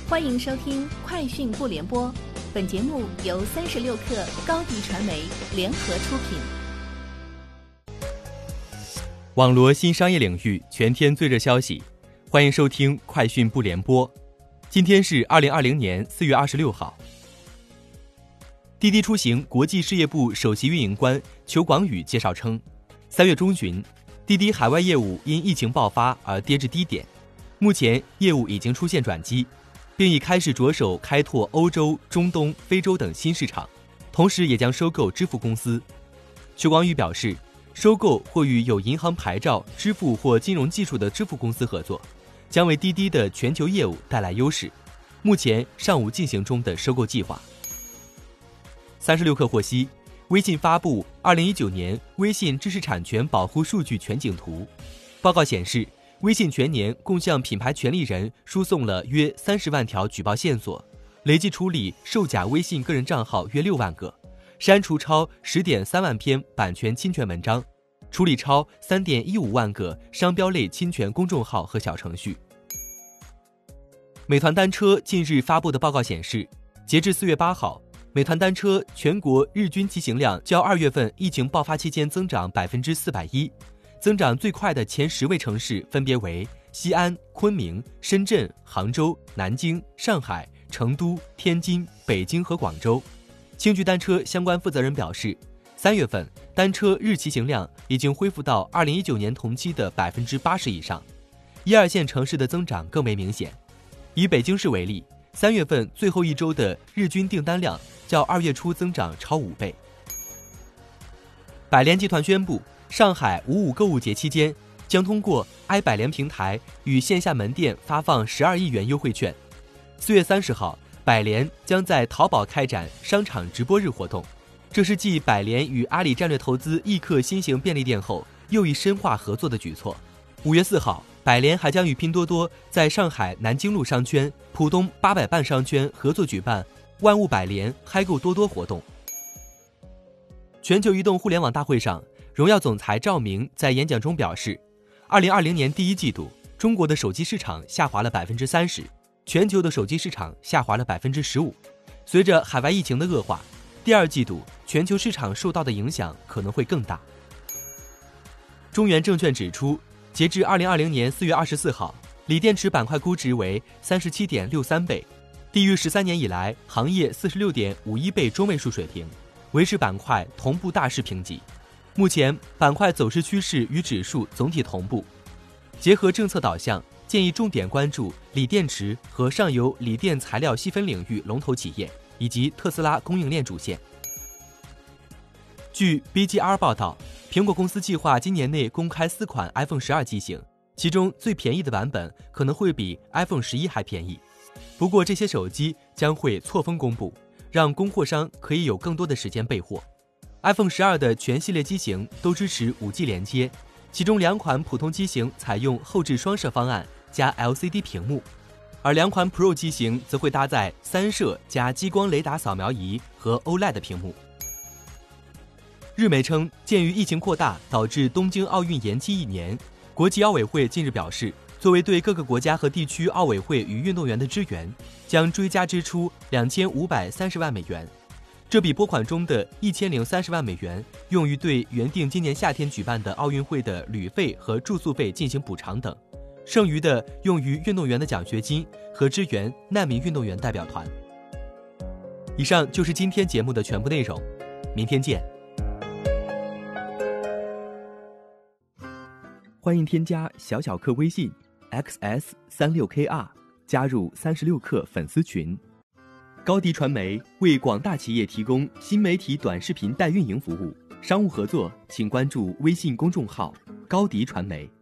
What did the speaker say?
欢迎收听快讯不联播，本节目由36克高迪传媒联合出品。 网罗新商业领域全天最热消息，欢迎收听快讯不联播。今天是2020年4月26号。滴滴出行国际事业部首席运营官裘广宇介绍称，3月中旬，滴滴海外业务因疫情爆发而跌至低点，目前业务已经出现转机，并已开始着手开拓欧洲、中东、非洲等新市场，同时也将收购支付公司。裘广宇表示，收购或与有银行牌照、支付或金融技术的支付公司合作，将为滴滴的全球业务带来优势。目前尚无进行中的收购计划。36克获悉，微信发布2019年微信知识产权保护数据全景图。报告显示，微信全年共向品牌权利人输送了约30万条举报线索，累计处理售假微信个人账号约6万个，删除超10.3万篇版权侵权文章，处理超3.15万个商标类侵权公众号和小程序。美团单车近日发布的报告显示，截至4月8号，美团单车全国日均骑行量较2月份疫情爆发期间增长410%，增长最快的前10位城市分别为西安、昆明、深圳、杭州、南京、上海、成都、天津、北京和广州。青桔单车相关负责人表示，3月份单车日骑行量已经恢复到2019年同期的80%以上，1、2线城市的增长更为明显。以北京市为例，3月份最后一周的日均订单量较2月初增长超5倍。百联集团宣布，上海55购物节期间将通过百联平台与线下门店发放12亿元优惠券。4月30号，百联将在淘宝开展商场直播日活动，这是继百联与阿里战略投资易客新型便利店后又一深化合作的举措。5月4号，百联还将与拼多多在上海南京路商圈、浦东800伴商圈合作举办万物百联嗨购多多活动。全球移动互联网大会上，荣耀总裁赵明在演讲中表示，2020年第一季度，中国的手机市场下滑了30%，全球的手机市场下滑了15%。随着海外疫情的恶化，第二季度全球市场受到的影响可能会更大。中原证券指出，截至2020年4月24号，锂电池板块估值为37.63倍，低于13年以来行业46.51倍中位数水平，维持板块同步大势评级。目前板块走势趋势与指数总体同步。结合政策导向，建议重点关注锂电池和上游锂电材料细分领域龙头企业以及特斯拉供应链主线。据 BGR 报道，苹果公司计划今年内公开4款 iPhone 12机型，其中最便宜的版本可能会比 iPhone 11还便宜。不过这些手机将会错峰公布，让供货商可以有更多的时间备货。iPhone 12的全系列机型都支持 5G 连接，其中2款普通机型采用后置双摄方案加 LCD 屏幕，而2款 Pro 机型则会搭载3摄加激光雷达扫描仪和 OLED 屏幕。日媒称，鉴于疫情扩大导致东京奥运延期1年，国际奥委会近日表示，作为对各个国家和地区奥委会与运动员的支援，将追加支出2530万美元。这笔拨款中的1030万美元用于对原定今年夏天举办的奥运会的旅费和住宿费进行补偿等，剩余的用于运动员的奖学金和支援难民运动员代表团。以上就是今天节目的全部内容，明天见。欢迎添加小小客微信 XS36KR， 加入36课粉丝群。高迪传媒为广大企业提供新媒体短视频代运营服务，商务合作请关注微信公众号高迪传媒。